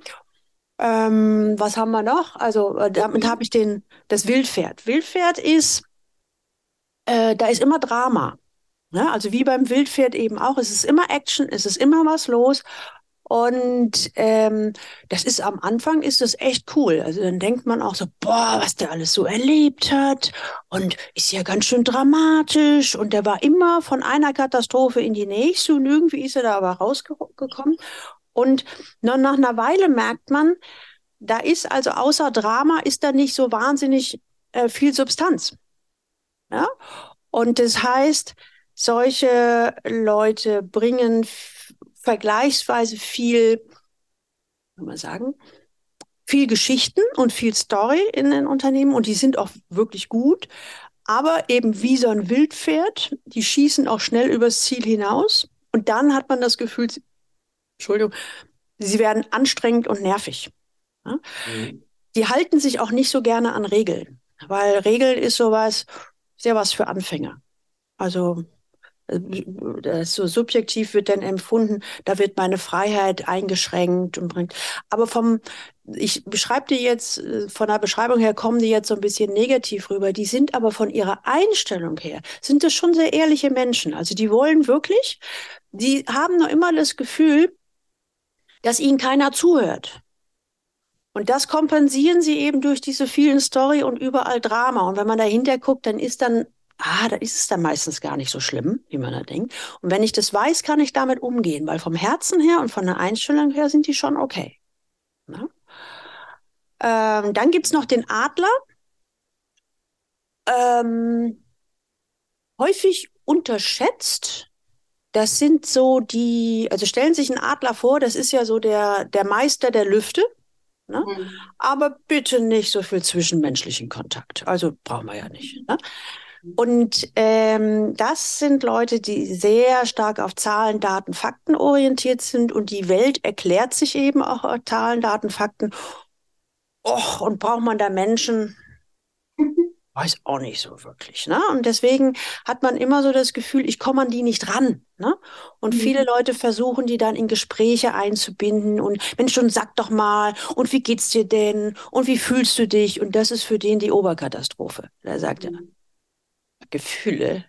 Ähm, was haben wir noch? Also äh, damit habe ich den, das Wildpferd. Wildpferd ist, äh, da ist immer Drama. Ne? Also wie beim Wildpferd eben auch. Es ist immer Action, es ist immer was los. Und ähm, das ist am Anfang ist das echt cool. Also dann denkt man auch so, boah, was der alles so erlebt hat und ist ja ganz schön dramatisch. Und der war immer von einer Katastrophe in die nächste und irgendwie ist er da aber rausgekommen. Und nach einer Weile merkt man, da ist also außer Drama ist da nicht so wahnsinnig äh, viel Substanz. Ja? Und das heißt, solche Leute bringen vergleichsweise viel, kann man sagen, viel Geschichten und viel Story in den Unternehmen und die sind auch wirklich gut, aber eben wie so ein Wildpferd, die schießen auch schnell übers Ziel hinaus und dann hat man das Gefühl, Entschuldigung, sie werden anstrengend und nervig. Ja? Mhm. Die halten sich auch nicht so gerne an Regeln, weil Regeln ist sowas, sehr was für Anfänger. Also das so subjektiv wird dann empfunden, da wird meine Freiheit eingeschränkt und bringt. Aber vom, ich beschreibe die jetzt, von der Beschreibung her kommen die jetzt so ein bisschen negativ rüber. Die sind aber von ihrer Einstellung her, sind das schon sehr ehrliche Menschen. Also die wollen wirklich, die haben noch immer das Gefühl, dass ihnen keiner zuhört. Und das kompensieren sie eben durch diese vielen Story und überall Drama. Und wenn man dahinter guckt, dann ist dann Ah, da ist es dann meistens gar nicht so schlimm, wie man da denkt. Und wenn ich das weiß, kann ich damit umgehen, weil vom Herzen her und von der Einstellung her sind die schon okay. Ne? Ähm, dann gibt's noch den Adler. Ähm, häufig unterschätzt. Das sind so die, also stellen sich einen Adler vor, das ist ja so der, der Meister der Lüfte. Ne? Mhm. Aber bitte nicht so viel zwischenmenschlichen Kontakt. Also brauchen wir ja nicht. Ne? Und ähm, das sind Leute, die sehr stark auf Zahlen, Daten, Fakten orientiert sind und die Welt erklärt sich eben auch auf Zahlen, Daten, Fakten. Och, und braucht man da Menschen? Weiß auch nicht so wirklich. Ne? Und deswegen hat man immer so das Gefühl, ich komme an die nicht ran. Ne? Und mhm. viele Leute versuchen, die dann in Gespräche einzubinden und Mensch, und sag doch mal, und wie geht's dir denn? Und wie fühlst du dich? Und das ist für den die Oberkatastrophe. Da sagt er, mhm. Gefühle.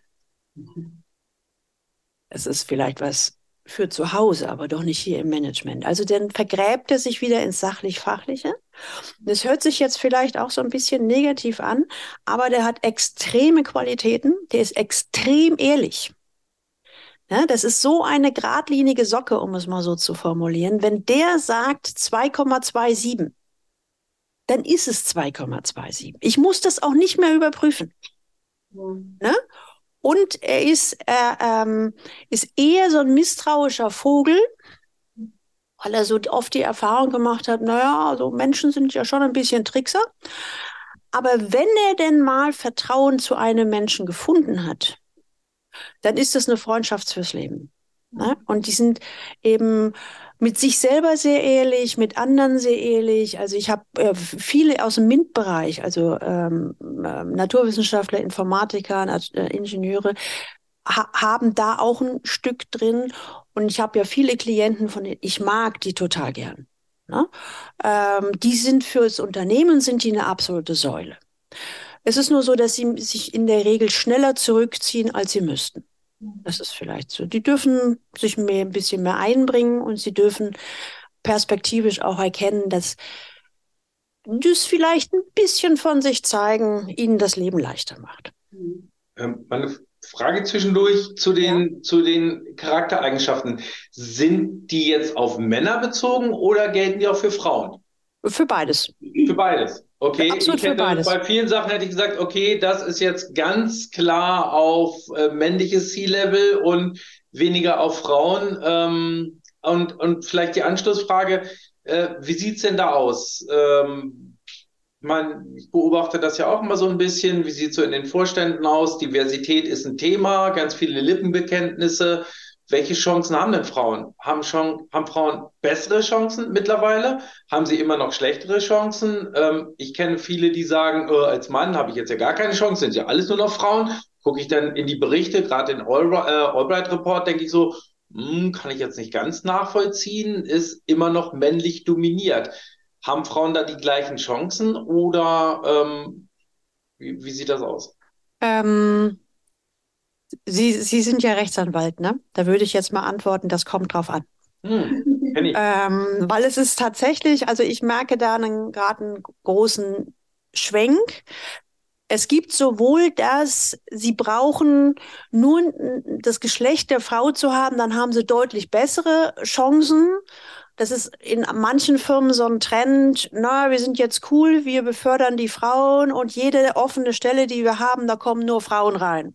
Es ist vielleicht was für zu Hause, aber doch nicht hier im Management. Also dann vergräbt er sich wieder ins Sachlich-Fachliche. Das hört sich jetzt vielleicht auch so ein bisschen negativ an, aber der hat extreme Qualitäten, der ist extrem ehrlich. Ja, das ist so eine geradlinige Socke, um es mal so zu formulieren. Wenn der sagt zwei Komma siebenundzwanzig, dann ist es zwei Komma siebenundzwanzig. Ich muss das auch nicht mehr überprüfen. Mhm. Ne? Und er ist, äh, ähm, ist eher so ein misstrauischer Vogel, weil er so oft die Erfahrung gemacht hat, naja, also Menschen sind ja schon ein bisschen Trickser. Aber wenn er denn mal Vertrauen zu einem Menschen gefunden hat, dann ist das eine Freundschaft fürs Leben. Ne? Und die sind eben mit sich selber sehr ehrlich, mit anderen sehr ehrlich. Also ich habe äh, viele aus dem MINT-Bereich, also ähm, äh, Naturwissenschaftler, Informatiker, äh, Ingenieure, ha haben da auch ein Stück drin. Und ich habe ja viele Klienten, von denen ich mag die total gern. Ne? Ähm, die sind fürs Unternehmen sind die eine absolute Säule. Es ist nur so, dass sie sich in der Regel schneller zurückziehen, als sie müssten. Das ist vielleicht so. Die dürfen sich mehr, ein bisschen mehr einbringen und sie dürfen perspektivisch auch erkennen, dass das vielleicht ein bisschen von sich zeigen, ihnen das Leben leichter macht.
Ähm, meine Frage zwischendurch zu den, ja. zu den Charaktereigenschaften. Sind die jetzt auf Männer bezogen oder gelten die auch für Frauen?
Für beides.
Für beides. Okay,
Absolut
ich hätte,
für beides.
Bei vielen Sachen hätte ich gesagt, okay, das ist jetzt ganz klar auf äh, männliches C-Level und weniger auf Frauen. Ähm, und, und vielleicht die Anschlussfrage, äh, wie sieht's denn da aus? Ähm, ich meine, ich beobachte das ja auch immer so ein bisschen. Wie sieht's so in den Vorständen aus? Diversität ist ein Thema, ganz viele Lippenbekenntnisse. Welche Chancen haben denn Frauen? Haben, schon, haben Frauen bessere Chancen mittlerweile? Haben sie immer noch schlechtere Chancen? Ähm, ich kenne viele, die sagen, äh, als Mann habe ich jetzt ja gar keine Chance, sind ja alles nur noch Frauen. Gucke ich dann in die Berichte, gerade den Albright, äh, Albright Report, denke ich so, hm, kann ich jetzt nicht ganz nachvollziehen, ist immer noch männlich dominiert. Haben Frauen da die gleichen Chancen oder ähm, wie, wie sieht das aus?
Ähm, Sie, Sie sind ja Rechtsanwalt, ne? Da würde ich jetzt mal antworten, das kommt drauf an.
Hm, kenn ich.
Ähm, weil es ist tatsächlich, also ich merke da einen, gerade einen großen Schwenk. Es gibt sowohl das, sie brauchen nur das Geschlecht der Frau zu haben, dann haben sie deutlich bessere Chancen. Das ist in manchen Firmen so ein Trend, na, wir sind jetzt cool, wir befördern die Frauen und jede offene Stelle, die wir haben, da kommen nur Frauen rein.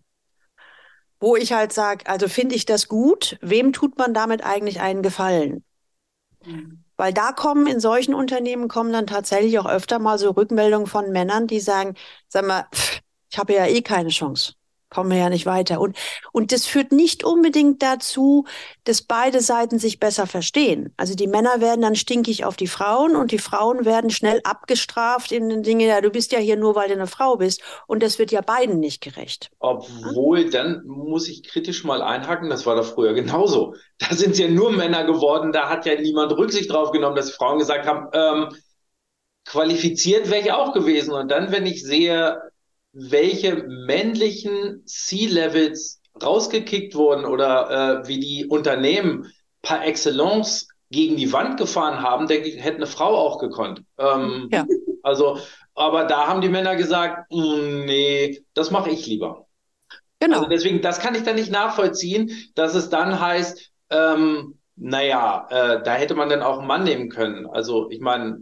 Wo ich halt sage, also finde ich das gut, wem tut man damit eigentlich einen Gefallen? Mhm. Weil da kommen in solchen Unternehmen kommen dann tatsächlich auch öfter mal so Rückmeldungen von Männern, die sagen, sag mal, pff, ich habe ja eh keine Chance. Kommen wir ja nicht weiter. Und, und das führt nicht unbedingt dazu, dass beide Seiten sich besser verstehen. Also die Männer werden dann stinkig auf die Frauen und die Frauen werden schnell abgestraft in den Dingen, ja, du bist ja hier nur, weil du eine Frau bist. Und das wird ja beiden nicht gerecht.
Obwohl, dann muss ich kritisch mal einhaken, das war doch früher genauso. Da sind es ja nur Männer geworden, da hat ja niemand Rücksicht drauf genommen, dass die Frauen gesagt haben, ähm, qualifiziert wäre ich auch gewesen. Und dann, wenn ich sehe, welche männlichen C-Levels rausgekickt wurden oder äh, wie die Unternehmen par excellence gegen die Wand gefahren haben, denke ich, hätte eine Frau auch gekonnt. Ähm, ja. Also, aber da haben die Männer gesagt, nee, das mache ich lieber. Genau. Also deswegen, das kann ich dann nicht nachvollziehen, dass es dann heißt, ähm, naja, äh, da hätte man dann auch einen Mann nehmen können. Also ich meine,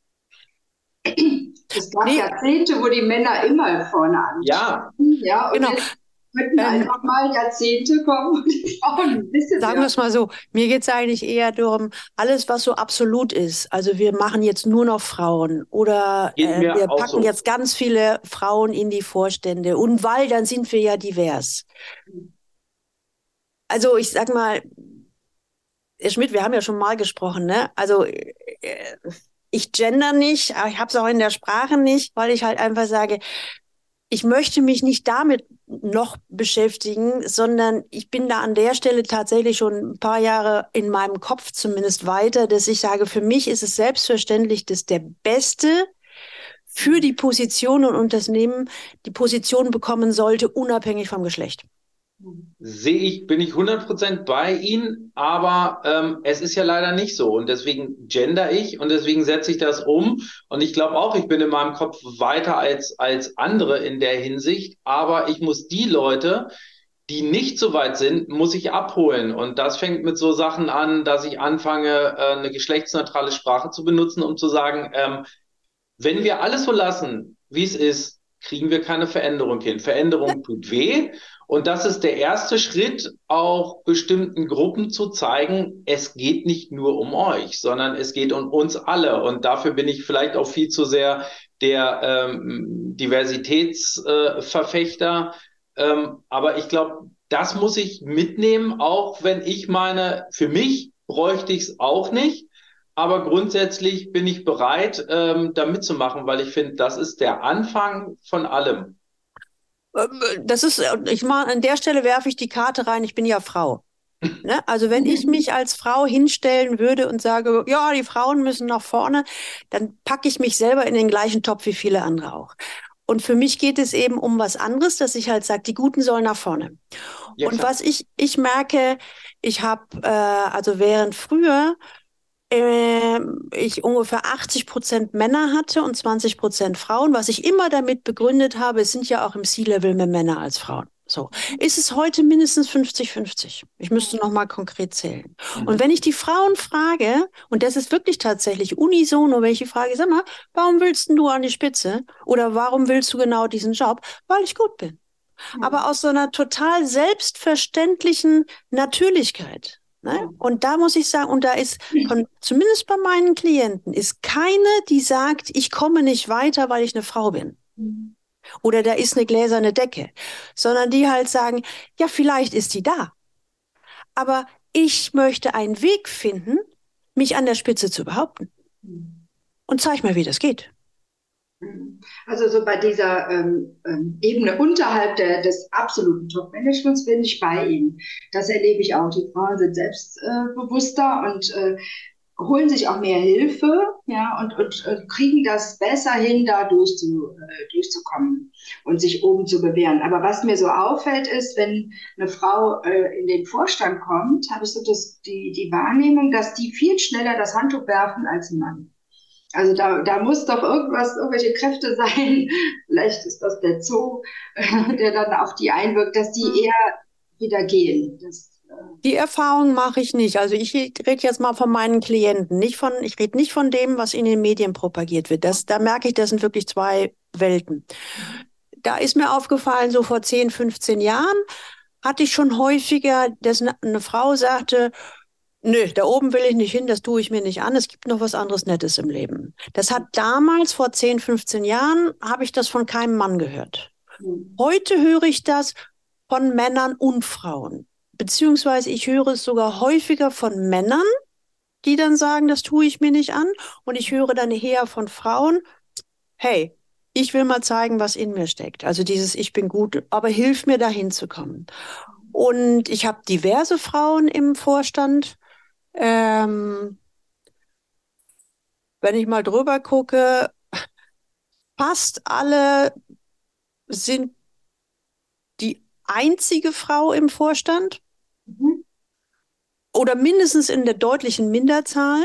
es gab nee. Jahrzehnte, wo die Männer immer vorne an.
Ja,
ja, und
genau.
Jetzt könnten ähm, einfach mal Jahrzehnte kommen, wo die Frauen ein bisschen.
Sagen wir es mal so, mir geht es eigentlich eher darum, alles, was so absolut ist. Also wir machen jetzt nur noch Frauen oder äh, wir packen so. jetzt ganz viele Frauen in die Vorstände. Und weil, dann sind wir ja divers. Also ich sag mal, Herr Schmidt, wir haben ja schon mal gesprochen, ne? Also äh, ich gender nicht, aber ich habe es auch in der Sprache nicht, weil ich halt einfach sage, ich möchte mich nicht damit noch beschäftigen, sondern ich bin da an der Stelle tatsächlich schon ein paar Jahre in meinem Kopf zumindest weiter, dass ich sage, für mich ist es selbstverständlich, dass der Beste für die Position und Unternehmen die Position bekommen sollte, unabhängig vom Geschlecht.
Sehe ich, bin ich hundert Prozent bei Ihnen, aber ähm, es ist ja leider nicht so und deswegen gender ich und deswegen setze ich das um und ich glaube auch, ich bin in meinem Kopf weiter als, als andere in der Hinsicht, aber ich muss die Leute, die nicht so weit sind, muss ich abholen und das fängt mit so Sachen an, dass ich anfange, äh, eine geschlechtsneutrale Sprache zu benutzen, um zu sagen, ähm, wenn wir alles so lassen, wie es ist, kriegen wir keine Veränderung hin. Veränderung tut weh. Und das ist der erste Schritt, auch bestimmten Gruppen zu zeigen, es geht nicht nur um euch, sondern es geht um uns alle. Und dafür bin ich vielleicht auch viel zu sehr der ähm, Diversitätsverfechter. Äh, ähm, aber ich glaube, das muss ich mitnehmen, auch wenn ich meine, für mich bräuchte ich es auch nicht. Aber grundsätzlich bin ich bereit, ähm, da mitzumachen, weil ich finde, das ist der Anfang von allem.
Das ist, ich mal, an der Stelle werfe ich die Karte rein, ich bin ja Frau. Ne? Also wenn ich mich als Frau hinstellen würde und sage, ja, die Frauen müssen nach vorne, dann packe ich mich selber in den gleichen Topf wie viele andere auch. Und für mich geht es eben um was anderes, dass ich halt sage, die Guten sollen nach vorne.
Ja,
und
klar.
was ich, ich merke, ich habe, äh, also während früher äh, ich ungefähr achtzig Prozent Männer hatte und zwanzig Prozent Frauen, was ich immer damit begründet habe, es sind ja auch im C-Level mehr Männer als Frauen. So, ist es heute mindestens fünfzig fünfzig. Ich müsste noch mal konkret zählen.
Mhm.
Und wenn ich die Frauen frage, und das ist wirklich tatsächlich unisono, wenn ich die frage, sag mal, warum willst denn du an die Spitze? Oder warum willst du genau diesen Job? Weil ich gut bin.
Mhm.
Aber aus so einer total selbstverständlichen Natürlichkeit. Ne? Und da muss ich sagen, und da ist, von, zumindest bei meinen Klienten, ist keine, die sagt, ich komme nicht weiter, weil ich eine Frau bin.
Mhm.
Oder da ist eine gläserne Decke, sondern die halt sagen, ja, vielleicht ist die da. Aber ich möchte einen Weg finden, mich an der Spitze zu behaupten. Und zeig mir, wie das geht.
Also so bei dieser ähm, ähm, Ebene unterhalb der, des absoluten Top-Managements bin ich bei Ihnen. Das erlebe ich auch. Die Frauen sind selbstbewusster äh, und äh, holen sich auch mehr Hilfe, ja, und, und, und kriegen das besser hin, da durchzu, äh, durchzukommen und sich oben zu bewähren. Aber was mir so auffällt, ist, wenn eine Frau äh, in den Vorstand kommt, habe ich so das, die, die Wahrnehmung, dass die viel schneller das Handtuch werfen als ein Mann. Also da, da muss doch irgendwas, irgendwelche Kräfte sein. Vielleicht ist das der Zoo, der dann auf die einwirkt, dass die eher wieder gehen. Das,
Die Erfahrung mache ich nicht. Also ich rede jetzt mal von meinen Klienten, nicht von, ich rede nicht von dem, was in den Medien propagiert wird. Das, da merke ich, das sind wirklich zwei Welten. Da ist mir aufgefallen, so vor zehn, fünfzehn Jahren hatte ich schon häufiger, dass eine, eine Frau sagte, nö, da oben will ich nicht hin, das tue ich mir nicht an, es gibt noch was anderes Nettes im Leben. Das hat damals, vor zehn, fünfzehn Jahren, habe ich das von keinem Mann gehört. Heute höre ich das von Männern und Frauen. Beziehungsweise ich höre es sogar häufiger von Männern, die dann sagen, das tue ich mir nicht an. Und ich höre dann eher von Frauen, hey, ich will mal zeigen, was in mir steckt. Also dieses Ich bin gut, aber hilf mir dahin zu kommen. Und ich habe diverse Frauen im Vorstand. Ähm, wenn ich mal drüber gucke, fast alle sind die einzige Frau im Vorstand.
mhm.
Oder mindestens in der deutlichen Minderzahl.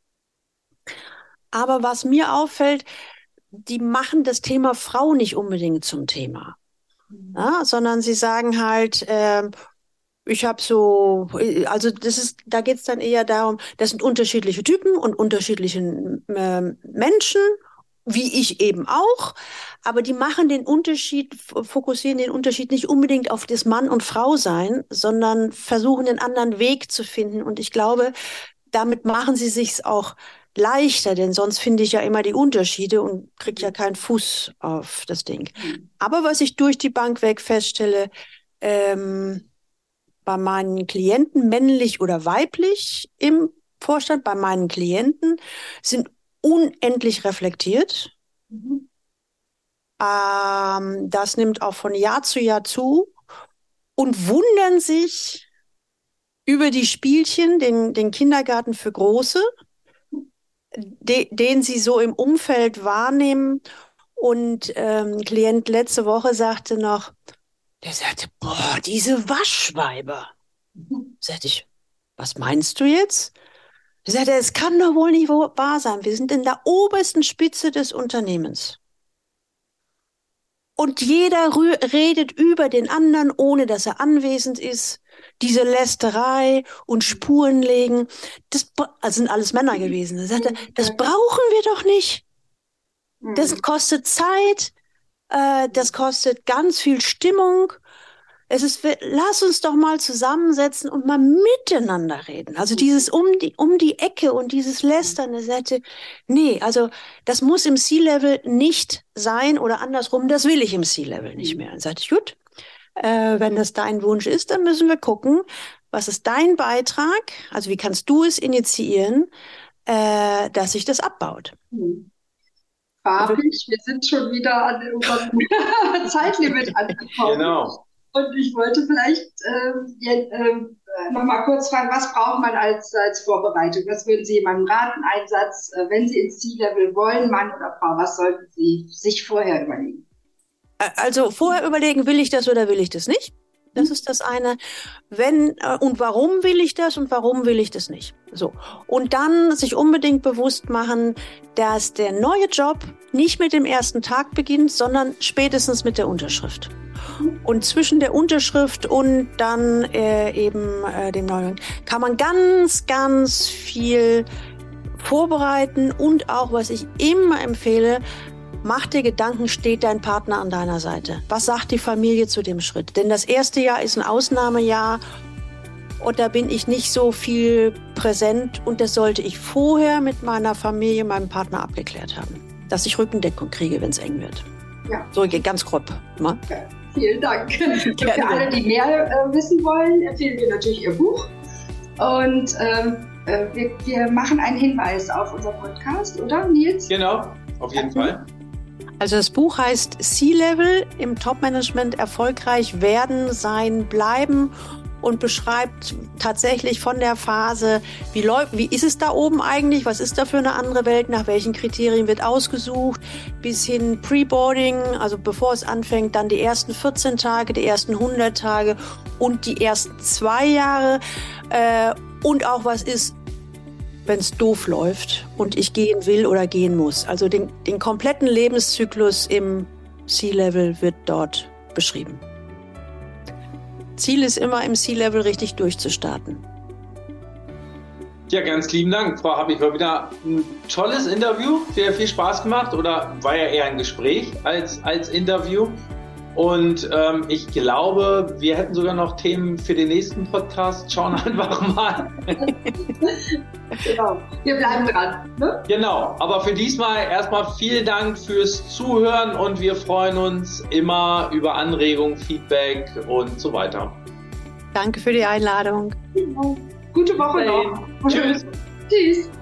Aber was mir auffällt, die machen das Thema Frau nicht unbedingt zum Thema, ja, sondern sie sagen halt, äh, ich habe so, also das ist, da geht es dann eher darum, das sind unterschiedliche Typen und unterschiedliche äh, Menschen, wie ich eben auch, aber die machen den Unterschied, fokussieren den Unterschied nicht unbedingt auf das Mann und Frau sein, sondern versuchen einen anderen Weg zu finden. Und ich glaube, damit machen sie sich's auch leichter, denn sonst finde ich ja immer die Unterschiede und krieg ja keinen Fuß auf das Ding. Aber was ich durch die Bank weg feststelle, ähm, bei meinen Klienten, männlich oder weiblich im Vorstand, bei meinen Klienten, sind unendlich reflektiert.
Mhm.
Ähm, das nimmt auch von Jahr zu Jahr zu und wundern sich über die Spielchen, den, den Kindergarten für Große, de, den sie so im Umfeld wahrnehmen. Und ähm, ein Klient letzte Woche sagte noch, der sagte, boah, diese Waschweiber. Sagte ich, was meinst du jetzt? Er sagte, es kann doch wohl nicht wahr sein. Wir sind in der obersten Spitze des Unternehmens. Und jeder redet über den anderen, ohne dass er anwesend ist. Diese Lästerei und Spuren legen, das also sind alles Männer gewesen. Er sagte, das brauchen wir doch nicht. Das kostet Zeit, äh, das kostet ganz viel Stimmung. Es ist, lass uns doch mal zusammensetzen und mal miteinander reden. Also dieses um die, um die Ecke und dieses Lästern, der sagte, nee, also das muss im C-Level nicht sein oder andersrum, das will ich im C-Level nicht mehr. Dann sagte ich, gut, äh, wenn das dein Wunsch ist, dann müssen wir gucken, was ist dein Beitrag, also wie kannst du es initiieren, äh, dass sich das abbaut.
Farbig, wir sind schon wieder an unserem Zeitlimit angekommen.
Genau.
Und ich wollte vielleicht äh, äh, noch mal kurz fragen, was braucht man als, als Vorbereitung? Was würden Sie jemandem raten? Ein Satz, äh, wenn Sie ins C-Level wollen, Mann oder Frau, was sollten Sie sich vorher überlegen?
Also vorher überlegen, will ich das oder will ich das nicht? Das ist das eine. Wenn äh, und warum will ich das und warum will ich das nicht? So. Und dann sich unbedingt bewusst machen, dass der neue Job nicht mit dem ersten Tag beginnt, sondern spätestens mit der Unterschrift. Und zwischen der Unterschrift und dann äh, eben äh, dem neuen kann man ganz, ganz viel vorbereiten und auch, was ich immer empfehle, mach dir Gedanken, steht dein Partner an deiner Seite? Was sagt die Familie zu dem Schritt? Denn das erste Jahr ist ein Ausnahmejahr und da bin ich nicht so viel präsent und das sollte ich vorher mit meiner Familie, meinem Partner abgeklärt haben, dass ich Rückendeckung kriege, wenn es eng wird. Ja. So ganz grob. Ne?
Ja, vielen Dank. Für alle, die mehr äh, wissen wollen, empfehlen wir natürlich Ihr Buch. Und ähm, äh, wir, wir machen einen Hinweis auf unser Podcast, oder Nils?
Genau, auf jeden Fall.
Also das Buch heißt C-Level, im Top-Management erfolgreich werden, sein, bleiben und beschreibt tatsächlich von der Phase, wie läuft, wie ist es da oben eigentlich, was ist da für eine andere Welt, nach welchen Kriterien wird ausgesucht, bis hin Pre-Boarding, also bevor es anfängt, dann die ersten vierzehn Tage, die ersten hundert Tage und die ersten zwei Jahre äh, und auch was ist, wenn es doof läuft und ich gehen will oder gehen muss. Also den, den kompletten Lebenszyklus im C-Level wird dort beschrieben. Ziel ist immer, im C-Level richtig durchzustarten.
Ja, ganz lieben Dank, Frau Happig. War wieder ein tolles Interview. Sehr viel Spaß gemacht oder war ja eher ein Gespräch als, als Interview. Und ähm, ich glaube, wir hätten sogar noch Themen für den nächsten Podcast. Schauen einfach mal.
Genau, wir bleiben dran. Ne?
Genau, aber für diesmal erstmal vielen Dank fürs Zuhören und wir freuen uns immer über Anregungen, Feedback und so weiter.
Danke für die Einladung.
Genau. Gute Woche noch.
Tschüss.
Tschüss.